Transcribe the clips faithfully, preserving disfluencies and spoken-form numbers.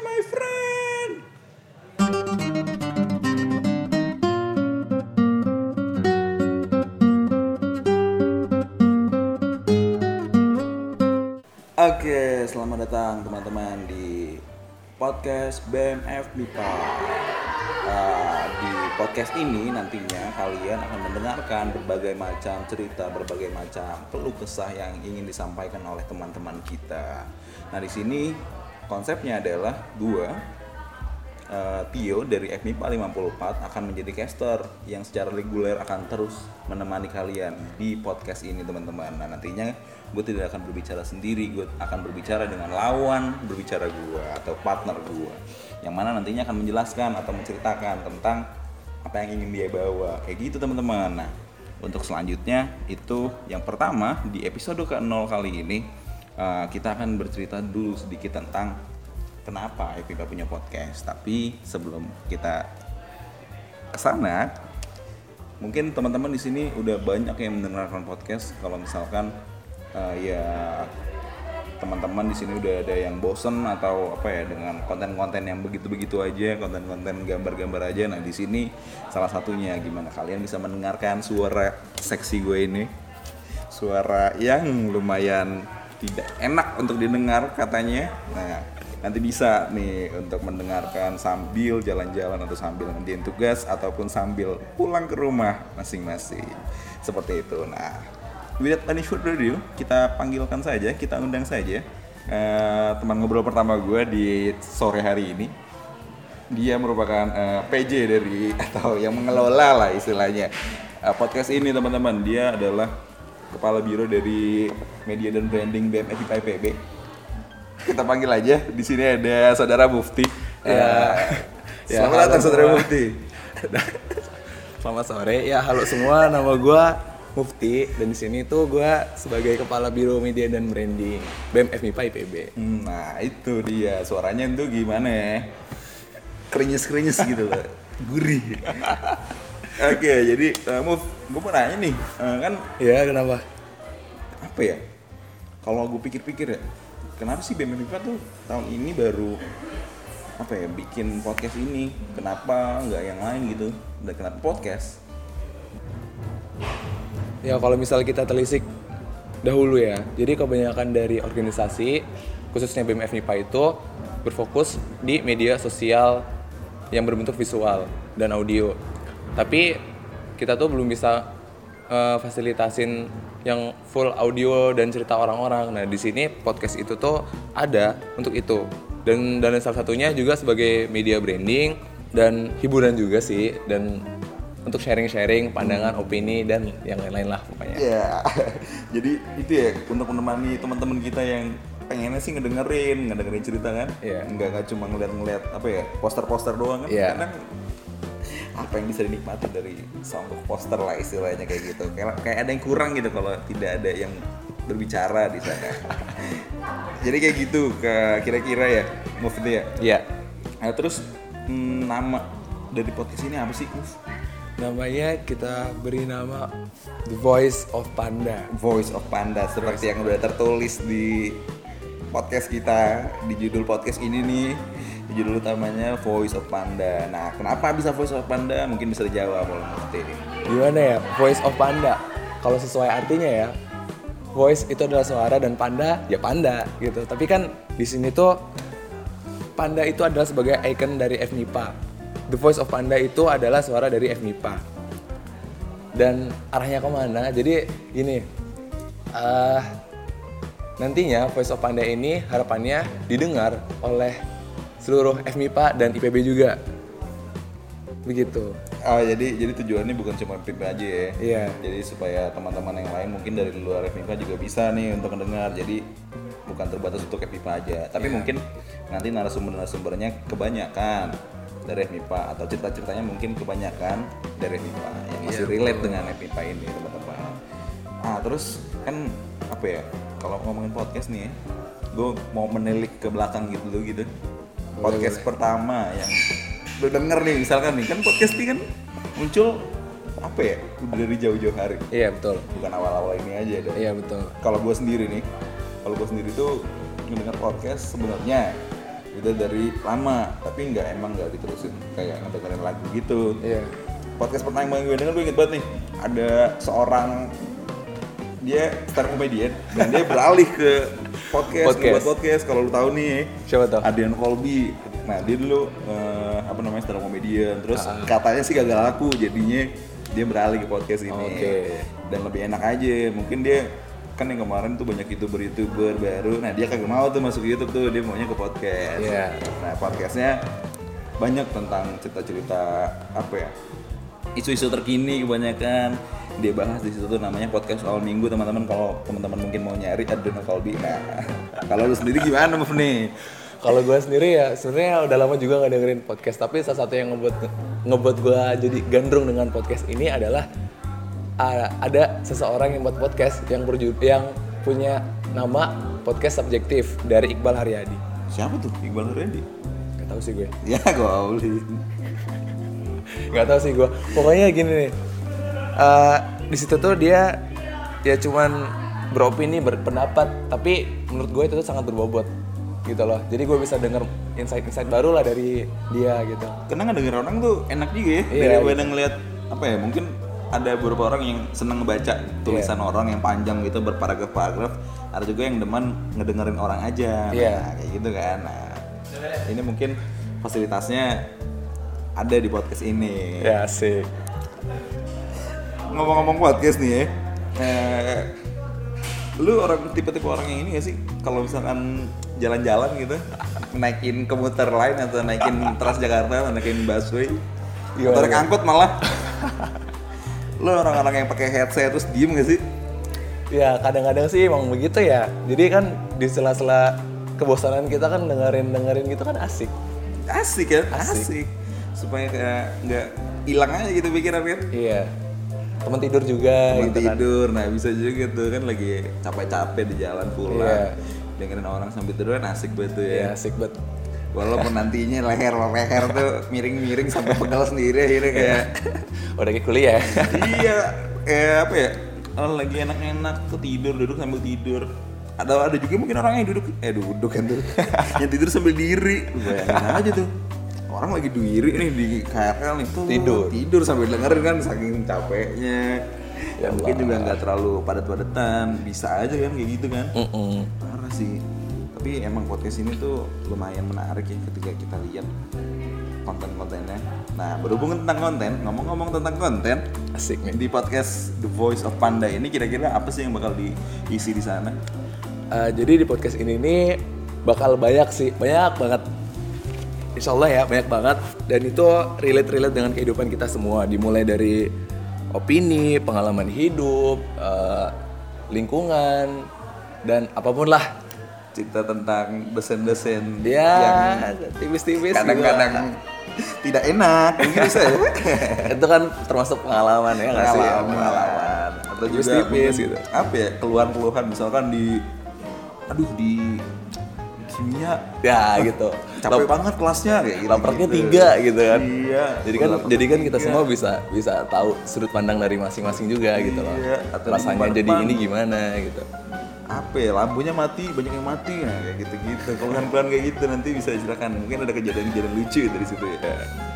my friend. Oke, selamat datang teman-teman di podcast B M F M I P A. Uh, di podcast ini nantinya kalian akan mendengarkan berbagai macam cerita, berbagai macam keluh kesah yang ingin disampaikan oleh teman-teman kita. Nah, di sini konsepnya adalah gua uh, Tio dari F M I P A lima puluh empat akan menjadi caster yang secara reguler akan terus menemani kalian di podcast ini, teman-teman. Nah, nantinya gue tidak akan berbicara sendiri, gue akan berbicara dengan lawan berbicara gue atau partner gue, yang mana nantinya akan menjelaskan atau menceritakan tentang apa yang ingin dia bawa, kayak gitu teman-teman. Nah, untuk selanjutnya itu yang pertama di episode ke nol kali ini uh, kita akan bercerita dulu sedikit tentang kenapa F M I P A punya podcast. Tapi sebelum kita kesana, mungkin teman-teman di sini udah banyak yang mendengarkan podcast. Kalau misalkan Uh, ya teman-teman di sini udah ada yang bosen atau apa ya dengan konten-konten yang begitu-begitu aja, konten-konten gambar-gambar aja. Nah, di sini salah satunya gimana kalian bisa mendengarkan suara seksi gue ini, suara yang lumayan tidak enak untuk didengar katanya. Nah, nanti bisa nih untuk mendengarkan sambil jalan-jalan atau sambil ngerjain tugas ataupun sambil pulang ke rumah masing-masing, seperti itu. Nah, without any further ado, kita panggilkan saja, kita undang saja uh, teman ngobrol pertama gue di sore hari ini. Dia merupakan uh, P J dari atau yang mengelola lah istilahnya uh, podcast ini, teman-teman. Dia adalah kepala biro dari media dan branding B M F M I P A I P B. Kita panggil aja. Di sini ada saudara Mufti. Ya, uh, selamat datang saudara Mufti. Selamat sore. Ya, halo semua. Nama gue Mufti, dan di sini tuh gue sebagai kepala biro media dan branding B M F M I P A I P B. Hmm, nah itu dia, suaranya tuh gimana ya? Krenyes-krenyes gitu loh, gurih. Oke, jadi uh, Muf, gue mau nanya nih, uh, kan? Ya, kenapa? Apa ya? Kalau gue pikir-pikir ya, kenapa sih B M F M I P A tuh tahun ini baru apa ya bikin podcast ini? Kenapa nggak yang lain gitu? Dan kenapa podcast? Ya, kalau misal kita telisik dahulu ya, jadi kebanyakan dari organisasi, khususnya B M F M I P A itu berfokus di media sosial yang berbentuk visual dan audio. Tapi kita tuh belum bisa uh, fasilitasin yang full audio dan cerita orang-orang. Nah, di sini podcast itu tuh ada untuk itu. Dan dan salah satunya juga sebagai media branding dan hiburan juga sih, dan untuk sharing-sharing pandangan, opini, dan yang lain-lain lah pokoknya. Iya, jadi itu ya untuk menemani teman-teman kita yang pengennya sih ngedengerin, ngedengerin cerita kan. Iya. Enggak nggak cuma ngeliat-ngeliat apa ya poster-poster doang kan. Iya. Kadang apa yang bisa dinikmati dari seonggok poster lah istilahnya kayak gitu. Kayak kayak ada yang kurang gitu kalau tidak ada yang berbicara di sana. Jadi kayak gitu ke kira-kira ya, Mufti ya. Iya. Nah, terus hmm, nama dari podcast ini apa sih, Muf? Namanya kita beri nama The Voice of Panda. Voice of Panda, seperti yang udah tertulis di podcast kita, di judul podcast ini nih, di judul utamanya Voice of Panda. Nah, kenapa bisa Voice of Panda? Mungkin bisa dijawab oleh Mufti. Gimana ya, Voice of Panda? Kalau sesuai artinya ya, voice itu adalah suara dan panda ya panda gitu. Tapi kan di sini tuh panda itu adalah sebagai icon dari F M I P A. The Voice of Panda itu adalah suara dari F M I P A. Dan arahnya kemana? Jadi gini, uh, nantinya Voice of Panda ini harapannya didengar oleh seluruh F M I P A dan I P B juga. Begitu. Oh, jadi jadi tujuannya bukan cuma F M I P A aja ya. Iya. Jadi supaya teman-teman yang lain mungkin dari luar F M I P A juga bisa nih untuk mendengar. Jadi bukan terbatas untuk F M I P A aja. Tapi Iya. mungkin nanti narasumber-narasumbernya kebanyakan dari F M I P A atau cerita-ceritanya mungkin kebanyakan dari F M I P A yang masih Iya, relate betul. dengan F M I P A ini, teman-teman. Ah, terus kan apa ya? Kalau ngomongin podcast nih ya, gue mau menilik ke belakang gitu dulu gitu. Podcast boleh. pertama yang lu denger nih, misalkan nih, kan podcast ini kan muncul apa ya? Udah dari jauh-jauh hari. Iya, betul. Bukan awal-awal ini aja dong. Iya, betul. Kalau gue sendiri nih, kalau gue sendiri tuh mendengar podcast sebenarnya itu dari lama, tapi nggak emang nggak diterusin kayak ngedengerin lagu gitu. Iya. Podcast pertama yang gue denger gue inget banget nih, ada seorang dia stand up comedian dan dia beralih ke podcast, Podcast. buat podcast. Kalau lu tahu nih, Siapa tuh? Adrian Colby. Nah dia dulu uh, apa namanya stand up comedian, terus Ah. katanya sih gagal laku, jadinya dia beralih ke podcast ini. Oke. Dan lebih enak aja, mungkin dia kan yang kemarin tuh banyak youtuber-youtuber baru, nah dia kagak mau tuh masuk YouTube tuh, dia maunya ke podcast. Iya. Nah podcastnya banyak tentang cerita-cerita apa ya, isu-isu terkini kebanyakan dia bahas di situ tuh, namanya podcast awal minggu teman-teman. Kalau teman-teman mungkin mau nyari Adrian Colby. Nah kalau lu sendiri gimana Muf nih? Kalau gue sendiri ya sebenarnya udah lama juga nggak dengerin podcast, tapi salah satu yang ngebuat ngebuat gue jadi gandrung dengan podcast ini adalah uh, ada seseorang yang buat podcast yang berjudul yang punya nama podcast subjektif dari Iqbal Haryadi. Siapa tuh Iqbal Haryadi? Gak tahu sih gue. Ya gue Gak tahu sih gue. Pokoknya gini nih. Uh, di situ tuh dia ya cuman beropini, berpendapat, tapi menurut gue itu tuh sangat berbobot gitu loh. Jadi gue bisa denger insight-insight baru lah dari dia gitu. Karena ngedenger orang tuh enak juga ya, Iya, daripada ngeliat apa ya, mungkin ada beberapa orang yang seneng ngebaca tulisan Iya. orang yang panjang gitu berparagraf-paragraf, ada juga yang demen ngedengerin orang aja. Iya. Nah kayak gitu kan. Nah ini mungkin fasilitasnya ada di podcast ini. Ya sih. Ngomong-ngomong podcast nih ya, eh, lu orang tipe-tipe orang yang ini gak sih? Kalau misalkan jalan-jalan gitu, naikin komuter lain atau naikin Transjakarta atau naikin busway, Gimana? atau naik angkot malah, lu orang-orang yang pakai headset terus diem gak sih? Ya kadang-kadang sih emang begitu ya. Jadi kan di sela-sela kebosanan kita kan dengerin-dengerin gitu kan asik. Asik ya, asik, Asik. supaya kayak nggak hilang aja gitu pikiran kan. Iya. Temen tidur juga Temen gitu kan. tidur, nah bisa juga tuh kan lagi capek-capek di jalan pulang, Iya. dengerin orang sambil tidur kan asik banget tuh ya. Iya asik banget. Walaupun nantinya leher-leher tuh miring-miring sampai pegal sendiri akhirnya kayak Udah kayak kuliah. iya, kayak apa ya? Oh, lagi enak-enak tuh tidur, duduk sambil tidur. Ada ada juga mungkin orang yang duduk eh duduk kan tuh. Yang tidur sambil diri. Lu bayangin aja tuh. Orang lagi diri nih di K R L nih tuh Tidur. tidur sambil dengerin kan saking capeknya. Ya Ya mungkin Allah. juga nggak terlalu padat-padatan, bisa aja kan kayak gitu kan. Mm-mm. Parah sih. Tapi emang podcast ini tuh lumayan menarik ya ketika kita lihat konten-kontennya. Nah, berhubung tentang konten, ngomong-ngomong tentang konten, Asik nih. di podcast The Voice of Panda ini kira-kira apa sih yang bakal diisi di sana? Uh, jadi di podcast ini nih bakal banyak sih, banyak banget. Insya Allah ya banyak banget. Dan itu relate-relate dengan kehidupan kita semua. Dimulai dari opini, pengalaman hidup, uh, lingkungan, dan apapun lah. Cerita tentang dosen-dosen Ya, yang tipis-tipis kadang-kadang tidak enak, mungkin bisa ya. itu kan termasuk pengalaman ya nggak sih? Pengalaman, pengalaman. Atau juga Tipis-tipis mungkin, gitu. apa ya, keluhan-keluhan misalkan di aduh di kimia Ya gitu. capek Lap- banget kelasnya kayak gitu. Lapraknya tiga gitu kan. Iya. Jadi kan Lapraknya jadi kan kita tiga. semua bisa bisa tahu sudut pandang dari masing-masing juga gitu loh. Iya, atau di Rasanya depan- jadi ini gimana gitu. apa ya, lampunya mati, banyak yang mati, nah kayak gitu-gitu. Keluhan-keluhan kayak gitu nanti bisa silakan. Mungkin ada kejadian-kejadian lucu dari situ ya.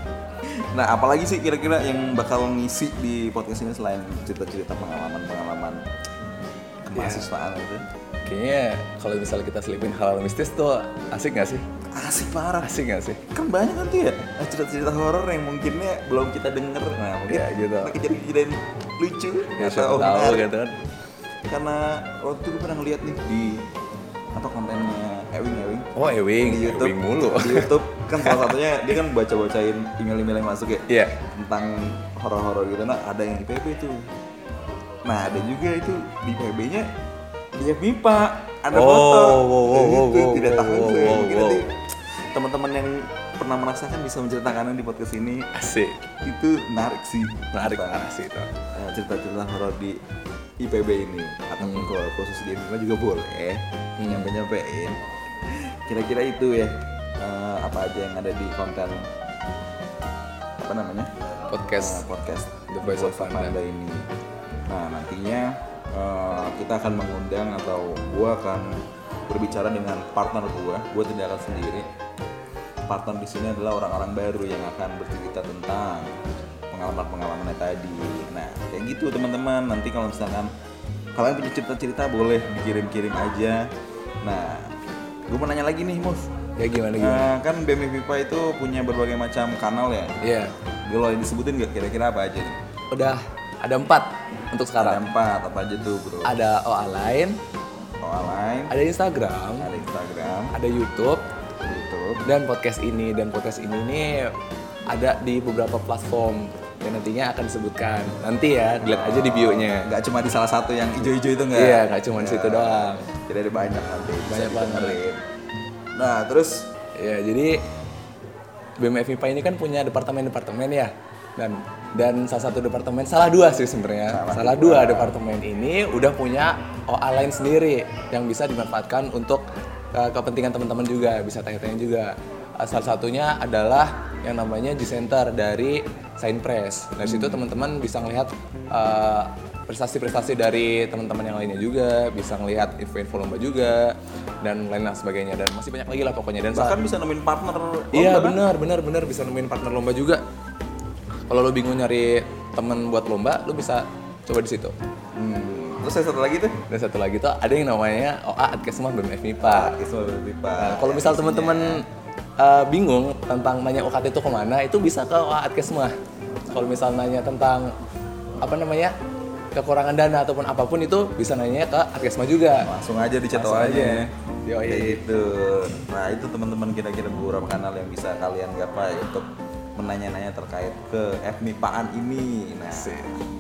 Nah, apalagi sih kira-kira yang bakal ngisi di podcast ini selain cerita-cerita pengalaman-pengalaman kemahasiswaan gitu? Kayaknya kalau misalnya kita selipin hal mistis tuh asik nggak sih? Asik parah. Asik nggak sih? Kan banyak kan tuh ya cerita-cerita horor yang mungkinnya belum kita denger. Nah, mungkin Ya, gitu. ada kejadian-kejadian lucu Ya siapa tahu menarik. gitu kan. Karena waktu itu gue pernah ngeliat nih di apa kontennya Ewing Ewing Oh Ewing, di YouTube Ewing mulu. di YouTube kan salah satunya dia kan baca-bacain email-email yang masuk ya Iya. tentang horor-horor gitu. Nah ada yang di P B tuh, nah ada juga itu di P B-nya dia M I P A ada Oh, foto wow, wow, gitu. wow, wow, Tidak wow, tahu wow, gue wow, mungkin wow. nanti teman-teman yang pernah merasakan bisa menceritakannya di podcast ini. Asik. Itu menarik sih, Menarik Tentang, parah sih itu. eh, cerita-cerita horor di I P B ini ataupun Hmm. kalau khusus di Indonesia juga boleh Hmm. nyampe-nyampein. Kira-kira itu ya, eh, apa aja yang ada di konten apa namanya Podcast Eh, podcast The Voice of Panda. ini. Nah nantinya eh, kita akan mengundang atau gua akan berbicara dengan partner gua. Gua tidak akan sendiri. partner di sini adalah orang-orang baru yang akan bercerita tentang pengalaman-pengalamannya tadi. Nah, kayak gitu teman-teman. Nanti kalau misalkan kalian punya cerita-cerita boleh dikirim-kirim aja. Nah, gue mau nanya lagi nih, Mus. Ya gimana gimana? Nah, kan B M F M I P A itu punya berbagai macam kanal ya. Iya. Boleh disebutin nggak kira-kira apa aja nih? Udah ada empat untuk Ada sekarang. empat, apa aja tuh bro? Ada O A Line, O A Line, ada Instagram, ada Instagram, ada YouTube, YouTube. dan podcast ini. Dan podcast ini nih ada di beberapa platform yang nantinya akan disebutkan. Nanti ya, dilihat aja di bio-nya. Nggak cuma di salah satu yang hijau-hijau itu nggak? Iya, nggak cuma di situ doang. Jadi ada banyak nanti. bisa Banyak banget. didengerin. Nah, terus Ya, jadi B M F M I P A ini kan punya departemen-departemen ya. Dan dan salah satu departemen, salah dua sih sebenarnya. Salah Salah, dua. dua departemen ini udah punya O A Line sendiri yang bisa dimanfaatkan untuk uh, kepentingan teman-teman juga, bisa tanya-tanya juga. Uh, salah satunya adalah yang namanya G-Center dari Sign Press. Dari situ teman-teman bisa ngelihat uh, prestasi-prestasi dari teman-teman yang lainnya juga, bisa ngelihat event-info lomba juga, dan lain-lain sebagainya. Dan masih banyak lagi lah pokoknya. Dan bahkan bisa nemuin partner lomba iya kan? benar benar benar bisa nemuin partner lomba juga. Kalau lo bingung nyari temen buat lomba, lo bisa coba di situ. Hmm. Terus yang satu lagi tuh? Dan satu lagi tuh ada yang namanya O A Adkesma B M F M I P A. Kisah berpipa. Nah, kalau misal teman-teman uh, bingung tentang nanya U K T itu kemana, itu bisa ke O A Adkesma. Kalau misal nanya tentang apa namanya kekurangan dana ataupun apapun itu bisa nanya ke Adkesma juga. Langsung aja di chat Langsung aja. aja. Yoi. Kayak gitu. Nah, itu teman-teman kira-kira beberapa kanal yang bisa kalian gapai untuk menanya-nanya terkait ke F M I P A-an ini. Nah, Asik.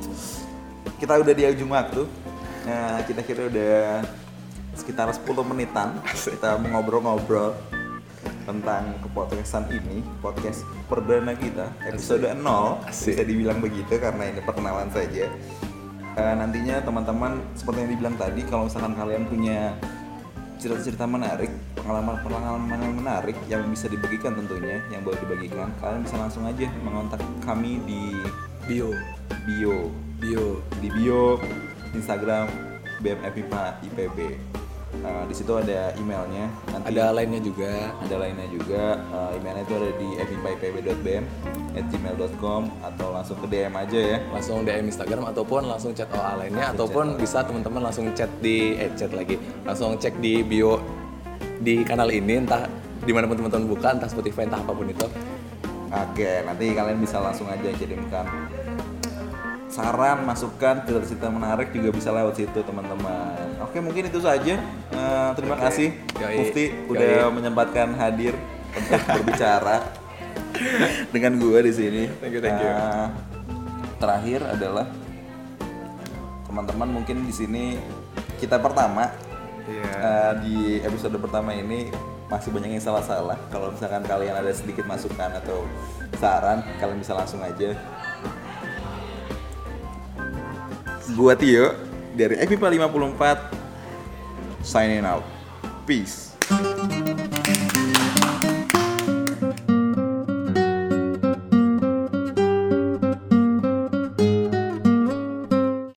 kita udah di ujung waktu. Nah, kita kira udah sekitar sepuluh menitan kita ngobrol-ngobrol tentang kepodcastan ini, podcast perdana kita, episode nol. Asik. Bisa dibilang begitu karena ini perkenalan saja. Uh, nantinya teman-teman seperti yang dibilang tadi, kalau misalkan kalian punya cerita-cerita menarik, pengalaman-pengalaman yang menarik yang bisa dibagikan tentunya, yang boleh dibagikan, kalian bisa langsung aja mengontak kami di Bio, bio, bio. di bio Instagram B M F M I P A I P B. Uh, di situ ada emailnya, nanti Ada lainnya juga. ada lainnya juga. Uh, emailnya itu ada di f i p a i p b dot b m at gmail dot com atau langsung ke D M aja ya. Langsung D M Instagram ataupun langsung chat O A lainnya, ataupun bisa teman-teman langsung chat di eh chat lagi langsung cek di bio di kanal ini, entah dimanapun teman-teman buka, entah Spotify, entah apapun itu. Oke, nanti kalian bisa langsung aja kirimkan saran, masukan, cerita-cerita menarik juga bisa lewat situ teman-teman. Oke, mungkin itu saja. Uh, terima Oke. kasih Yoi. Mufti Yoi. udah menyempatkan hadir untuk berbicara dengan gue di sini. Thank you, thank you. Uh, terakhir adalah teman-teman mungkin di sini kita pertama. Iya. Uh, di episode pertama ini masih banyak yang salah-salah. Kalau misalkan kalian ada sedikit masukan atau saran, kalian bisa langsung aja. Gua Tio dari F I P A lima puluh empat signing out. Peace.